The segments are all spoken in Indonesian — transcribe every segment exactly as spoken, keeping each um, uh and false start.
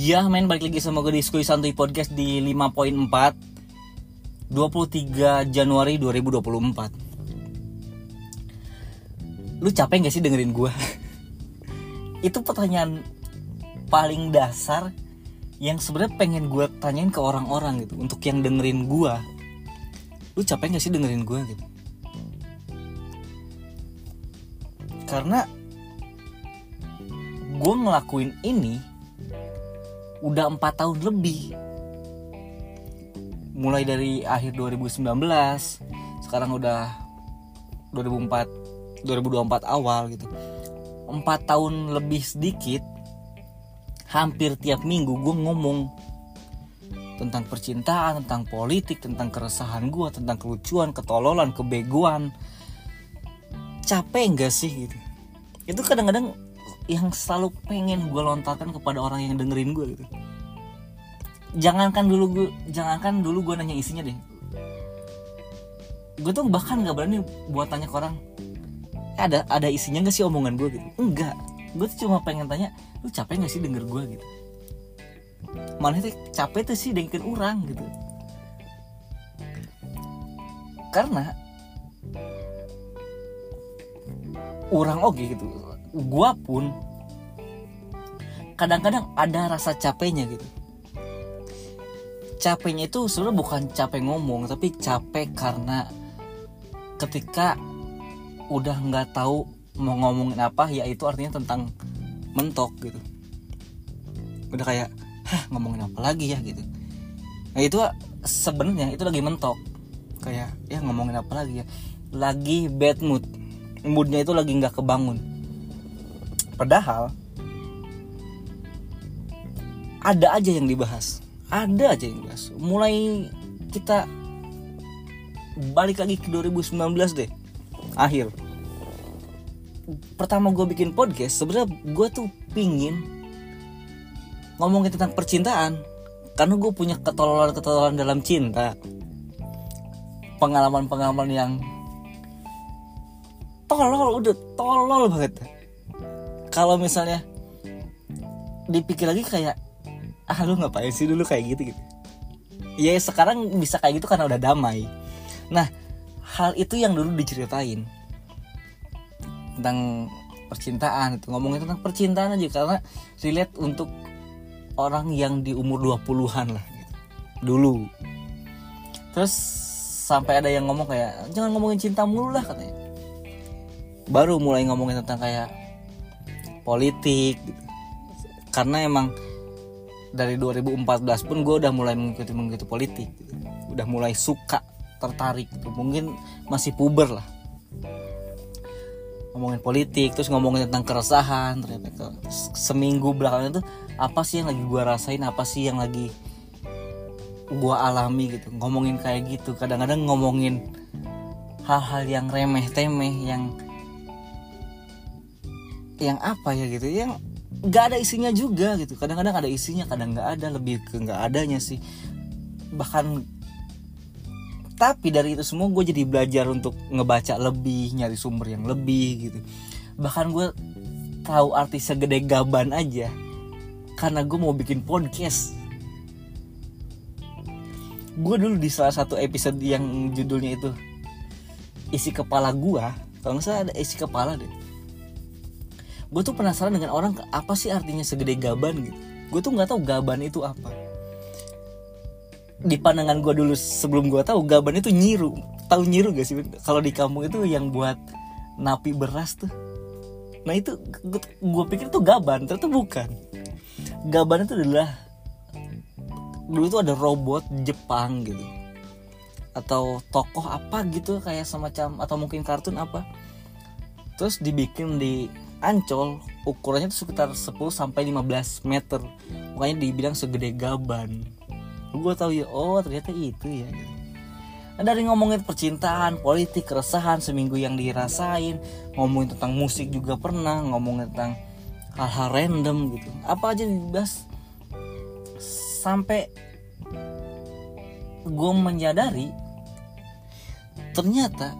Ya men, balik lagi sama gue di Skuy Santuy Podcast di lima poin empat dua puluh tiga Januari dua ribu dua puluh empat. Lu capek gak sih dengerin gue? Itu pertanyaan paling dasar yang sebenarnya pengen gue tanyain ke orang-orang gitu. Untuk yang dengerin gue, lu capek gak sih dengerin gue gitu? Karena gue ngelakuin ini udah empat tahun lebih. Mulai dari akhir dua ribu sembilan belas, sekarang udah dua ribu empat, dua ribu dua puluh empat awal gitu. empat tahun lebih sedikit, hampir tiap minggu gue ngomong tentang percintaan, tentang politik, tentang keresahan gue, tentang kelucuan, ketololan, kebegoan. Capek gak sih gitu? Itu kadang-kadang yang selalu pengen gue lontarkan kepada orang yang dengerin gue gitu. Jangankan dulu gue, jangankan dulu gue nanya isinya deh. Gue tuh bahkan nggak berani buat tanya ke orang, ada ada isinya nggak sih omongan gue gitu. Enggak, gue tuh cuma pengen tanya, lu capek nggak sih denger gue gitu. Mana tuh capek tuh sih dengerin orang gitu. Karena orang oke gitu. Gua pun kadang-kadang ada rasa capeknya gitu. Capeknya itu sebenarnya bukan capek ngomong, tapi capek karena ketika udah nggak tahu mau ngomongin apa, ya itu artinya tentang mentok gitu. Udah kayak, hah ngomongin apa lagi ya gitu. Nah itu sebenarnya itu lagi mentok. Kayak ya ngomongin apa lagi ya. Lagi bad mood. Moodnya itu lagi nggak kebangun. Padahal ada aja yang dibahas, ada aja yang dibahas. Mulai kita balik lagi ke dua ribu sembilan belas deh, akhir. Pertama gue bikin podcast, sebenarnya gue tuh pingin ngomongin tentang percintaan, karena gue punya ketololan-ketololan dalam cinta, pengalaman-pengalaman yang tolol, udah tolol banget. Kalau misalnya dipikir lagi kayak, ah lu ngapain sih dulu kayak gitu gitu. Ya sekarang bisa kayak gitu karena udah damai. Nah hal itu yang dulu diceritain tentang percintaan, itu ngomongin tentang percintaan aja karena relate untuk orang yang di umur dua puluhan lah gitu. Dulu. Terus sampai ada yang ngomong kayak, jangan ngomongin cinta mulu lah katanya. Baru mulai ngomongin tentang kayak politik gitu. Karena emang dari dua ribu empat belas pun gue udah mulai mengikuti mengikuti politik gitu. Udah mulai suka, tertarik gitu. Mungkin masih puber lah. Ngomongin politik, terus ngomongin tentang keresahan. Ternyata ke, seminggu belakangan itu apa sih yang lagi gue rasain, apa sih yang lagi gue alami gitu. Ngomongin kayak gitu. Kadang-kadang ngomongin hal-hal yang remeh-temeh, yang yang apa ya gitu, yang nggak ada isinya juga gitu. Kadang-kadang ada isinya, kadang nggak ada, lebih ke nggak adanya sih. Bahkan tapi dari itu semua gue jadi belajar untuk ngebaca lebih, nyari sumber yang lebih gitu. Bahkan gue tahu arti segede gaban aja karena gue mau bikin podcast. Gue dulu di salah satu episode yang judulnya itu isi kepala gue, kalau nggak salah ada isi kepala deh. Gue tuh penasaran dengan orang, apa sih artinya segede gaban gitu. Gue tuh nggak tahu gaban itu apa. Di pandangan gue dulu sebelum gue tahu, gaban itu nyiru. Tahu nyiru gak sih? Kalau di kampung itu yang buat napi beras tuh. Nah itu gue pikir tuh gaban, ternyata bukan. Gaban itu adalah, dulu tuh ada robot Jepang gitu, atau tokoh apa gitu kayak semacam, atau mungkin kartun apa. Terus dibikin di Ancol, ukurannya tuh sekitar sepuluh sampai lima belas meter. Makanya dibilang segede gaban. Gue tahu ya, oh ternyata itu ya. Nah, dari ngomongin percintaan, politik, keresahan seminggu yang dirasain, ngomongin tentang musik juga pernah, ngomongin tentang hal-hal random gitu. Apa aja dibahas. Sampai gue menyadari ternyata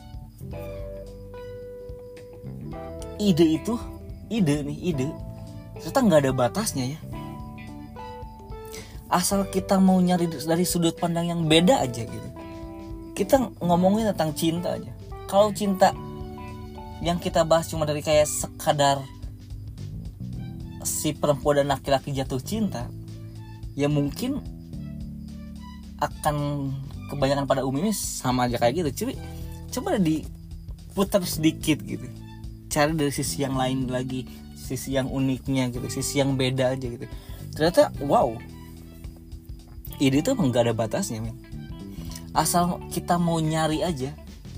ide itu, ide nih, ide ternyata nggak ada batasnya ya. Asal kita mau nyari dari sudut pandang yang beda aja gitu. Kita ngomongin tentang cinta aja. Kalau cinta yang kita bahas cuma dari kayak sekadar si perempuan dan laki-laki jatuh cinta, ya mungkin akan kebanyakan pada umumnya sama aja kayak gitu. Coba coba diputar sedikit gitu. Cari dari sisi yang lain lagi, sisi yang uniknya gitu, sisi yang beda aja gitu. Ternyata wow. Ide itu emang gak ada batasnya, men. Asal kita mau nyari aja.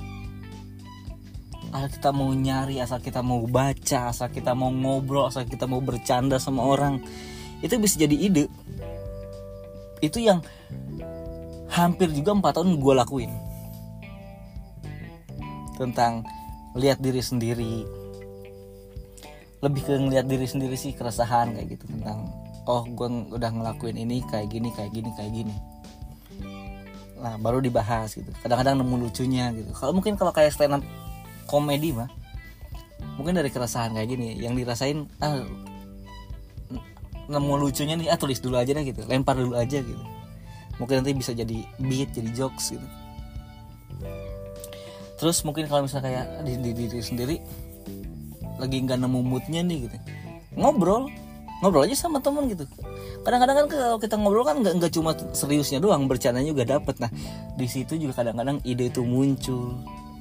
Asal kita mau nyari, asal kita mau baca, asal kita mau ngobrol, asal kita mau bercanda sama orang, itu bisa jadi ide. Itu yang hampir juga empat tahun gue lakuin. Tentang lihat diri sendiri. Lebih ke ngeliat diri sendiri sih, keresahan kayak gitu. Tentang oh gue udah ngelakuin ini kayak gini, kayak gini, kayak gini. Nah baru dibahas gitu. Kadang-kadang nemu lucunya gitu. Kalau mungkin kalau kayak stand up komedi mah mungkin dari keresahan kayak gini yang dirasain, ah nemu lucunya nih, ah tulis dulu aja deh gitu, lempar dulu aja gitu. Mungkin nanti bisa jadi beat, jadi jokes gitu. Terus mungkin kalau misalnya kayak di, di, di diri sendiri lagi nggak nemu moodnya nih gitu, ngobrol ngobrol aja sama teman gitu. Kadang-kadang kan kalau kita ngobrol kan nggak nggak cuma seriusnya doang, bercandanya juga dapet. Nah di situ juga kadang-kadang ide itu muncul.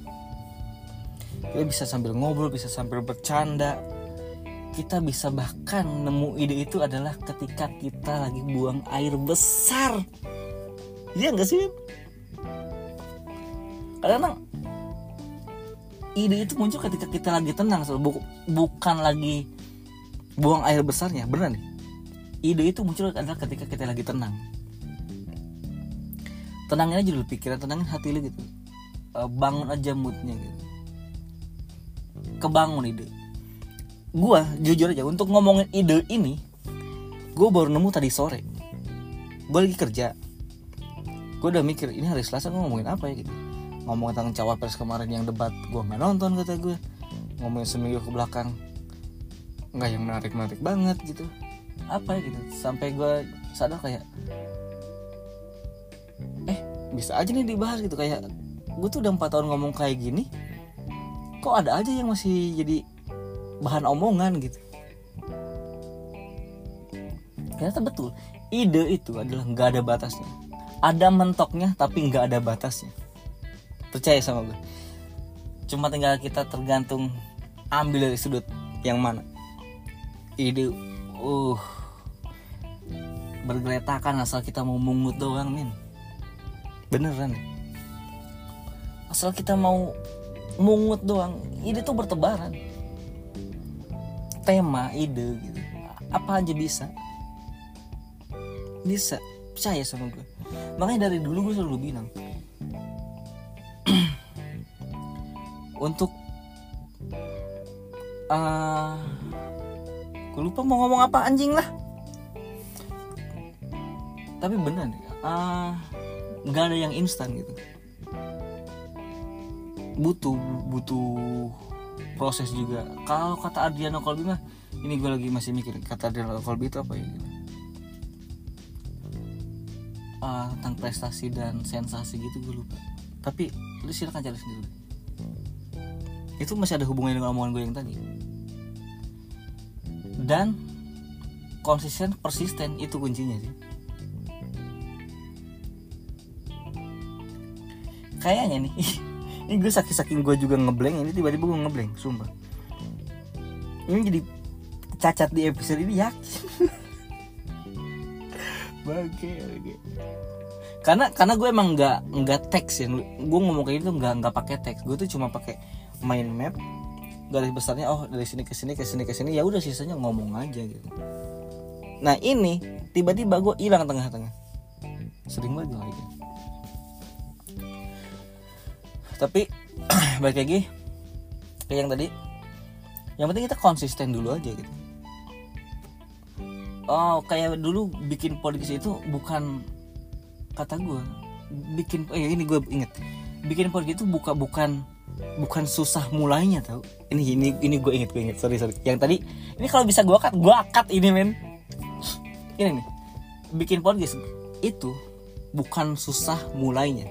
Kita bisa sambil ngobrol, bisa sambil bercanda. Kita bisa bahkan nemu ide itu adalah ketika kita lagi buang air besar. Iya nggak sih? Kadang-kadang ide itu muncul ketika kita lagi tenang, bukan lagi buang air besarnya, beneran nih. Ide itu muncul adalah ketika kita lagi tenang. Tenangin aja dulu pikiran, tenangin hati lu gitu. Bangun aja moodnya gitu. Kebangun ide. Gua jujur aja untuk ngomongin ide ini, gua baru nemu tadi sore. Gua lagi kerja. Gua udah mikir ini hari Selasa gua ngomongin apa ya gitu. Ngomong tentang cawapres kemarin yang debat, gua nggak nonton kata gue. Ngomongin seminggu ke belakang nggak yang menarik-menarik banget gitu, apa ya gitu. Sampai gue sadar kayak eh bisa aja nih dibahas gitu. Kayak gue tuh udah empat tahun ngomong kayak gini, kok ada aja yang masih jadi bahan omongan gitu. Ternyata betul, ide itu adalah nggak ada batasnya. Ada mentoknya tapi nggak ada batasnya. Percaya sama gue. Cuma tinggal kita tergantung ambil dari sudut yang mana. Ide uh bergeletakan asal kita mau mungut doang, min. Beneran. Asal kita mau mungut doang, ide tuh bertebaran. Tema, ide gitu. Apa aja bisa. Bisa, percaya sama gue. Makanya dari dulu gue selalu bilang untuk uh, gue lupa mau ngomong apa, anjing lah. Tapi bener uh, gak ada yang instan gitu. Butuh Butuh proses juga. Kalau kata Adriano Colby mah, ini gue lagi masih mikir kata Adriano Colby itu apa ya gitu. Uh, tentang prestasi dan sensasi gitu gue lupa. Tapi lu silakan cari sendiri. Itu masih ada hubungannya dengan omongan gue yang tadi. Dan konsisten, persisten itu kuncinya sih. Kayaknya nih, ini gue saking-saking gue juga ngeblank, ini tiba-tiba gue ngeblank, sumpah. Ini jadi cacat di episode ini, yakin. Bage, bage. Karena karena gue emang nggak nggak teks ya, gue ngomong kayak gitu nggak nggak pakai teks, gue tuh cuma pakai mind map, garis besarnya oh dari sini ke sini ke sini ke sini, ya udah sisanya ngomong aja gitu. Nah ini tiba-tiba gue hilang tengah-tengah, sering banget gue gitu. Tapi balik lagi kayak yang tadi, yang penting kita konsisten dulu aja gitu. Oh kayak dulu bikin podcast itu bukan kata gue bikin, eh ini gue inget, bikin podcast itu buka bukan bukan susah mulainya tau. Ini ini ini gue inget gue inget sorry sorry. Yang tadi ini kalau bisa gue cut gue cut ini men. Ini nih bikin podcast itu bukan susah mulainya,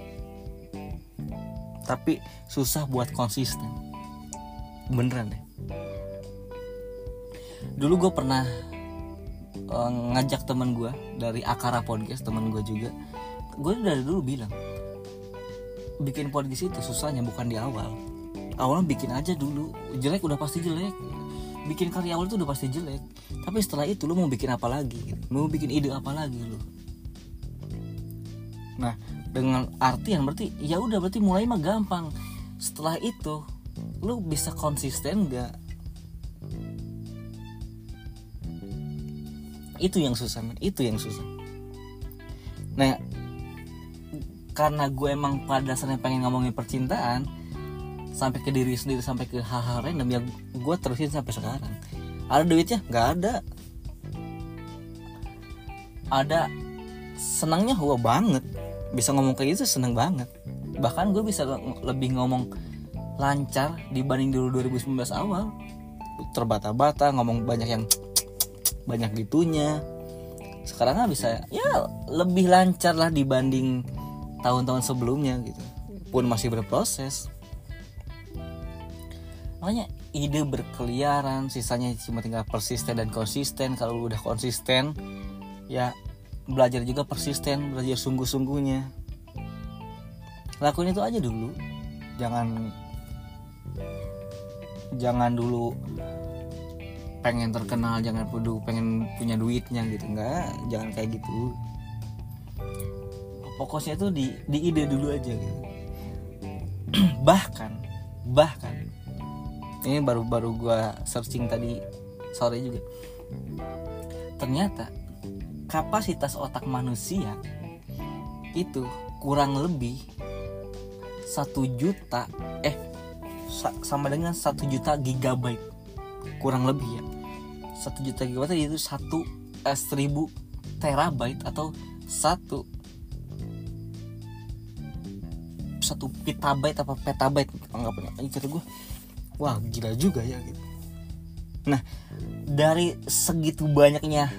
tapi susah buat konsisten. Beneran deh. Dulu gue pernah uh, ngajak teman gue dari Akara Podcast, teman gue juga. Gue dari dulu bilang bikin podcast itu susahnya bukan di awal. Awalnya bikin aja dulu, jelek udah pasti jelek. Bikin karya awal itu udah pasti jelek. Tapi setelah itu lu mau bikin apa lagi? Mau bikin ide apa lagi lu? Nah, dengan artian berarti ya udah berarti mulai mah gampang. Setelah itu lu bisa konsisten gak? Itu yang susah, man. Itu yang susah. Nah, karena gue emang pada dasarnya pengen ngomongin percintaan, sampai ke diri sendiri, sampai ke hal-hal random, ya gue terusin sampai sekarang. Ada duitnya? Gak ada. Ada senangnya? Wah banget. Bisa ngomong kayak gitu seneng banget. Bahkan gue bisa lebih ngomong lancar dibanding dulu dua ribu sembilan belas awal. Terbata-bata, ngomong banyak yang banyak gitunya. Sekarang gak bisa, ya lebih lancar lah dibanding tahun-tahun sebelumnya gitu. Pun masih berproses. Makanya ide berkeliaran, sisanya cuma tinggal persisten dan konsisten. Kalau lu udah konsisten, ya belajar juga persisten, belajar sungguh-sungguhnya. Lakuin itu aja dulu. Jangan Jangan dulu pengen terkenal, jangan dulu pengen punya duitnya gitu. Enggak, jangan kayak gitu. Fokusnya tuh di, di ide dulu aja gitu. Bahkan Bahkan ini baru-baru gue searching tadi sore juga. Ternyata kapasitas otak manusia itu kurang lebih satu juta eh sama dengan satu juta gigabyte, kurang lebih ya. Satu juta gigabyte itu satu eh, seribu terabyte atau satu satu petabyte apa petabyte anggapannya. Ini kata gue, wah gila juga ya gitu. Nah, dari segitu banyaknya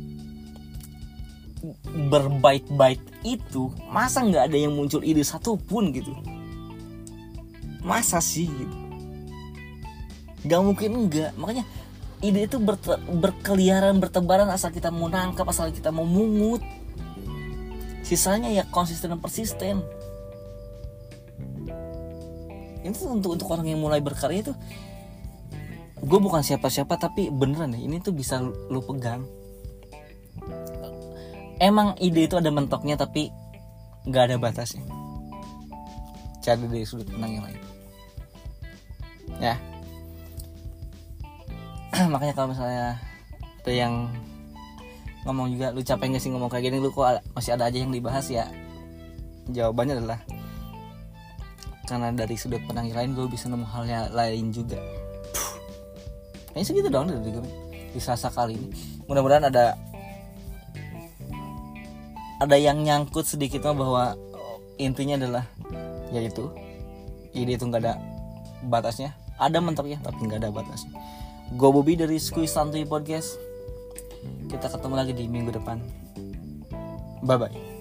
berbyte-byte itu, masa nggak ada yang muncul ide satu pun gitu? Masa sih gitu? Gak mungkin enggak. Makanya ide itu berte- berkeliaran, bertebaran asal kita mau nangkap, asal kita mau mungut. Sisanya ya konsisten dan persisten. Itu untuk untuk orang yang mulai berkarya itu, gue bukan siapa-siapa tapi beneran deh, ini tuh bisa lu, lu pegang. Emang ide itu ada mentoknya tapi nggak ada batasnya. Cari dari sudut pandang yang lain. Ya. Makanya kalau misalnya ada yang ngomong juga, lu capek nggak sih ngomong kayak gini, lu kok masih ada aja yang dibahas ya? Jawabannya adalah karena dari sudut pandang yang lain gue bisa nemu hal yang lain juga. Kayaknya segitu doang dari gue di Selasa kali ini. Mudah-mudahan ada ada yang nyangkut sedikit mah, bahwa intinya adalah yaitu ide itu nggak ada batasnya, ada mentoknya tapi nggak ada batasnya. Gue Bobby dari Skuy Santuy Podcast. Kita ketemu lagi di minggu depan. Bye bye.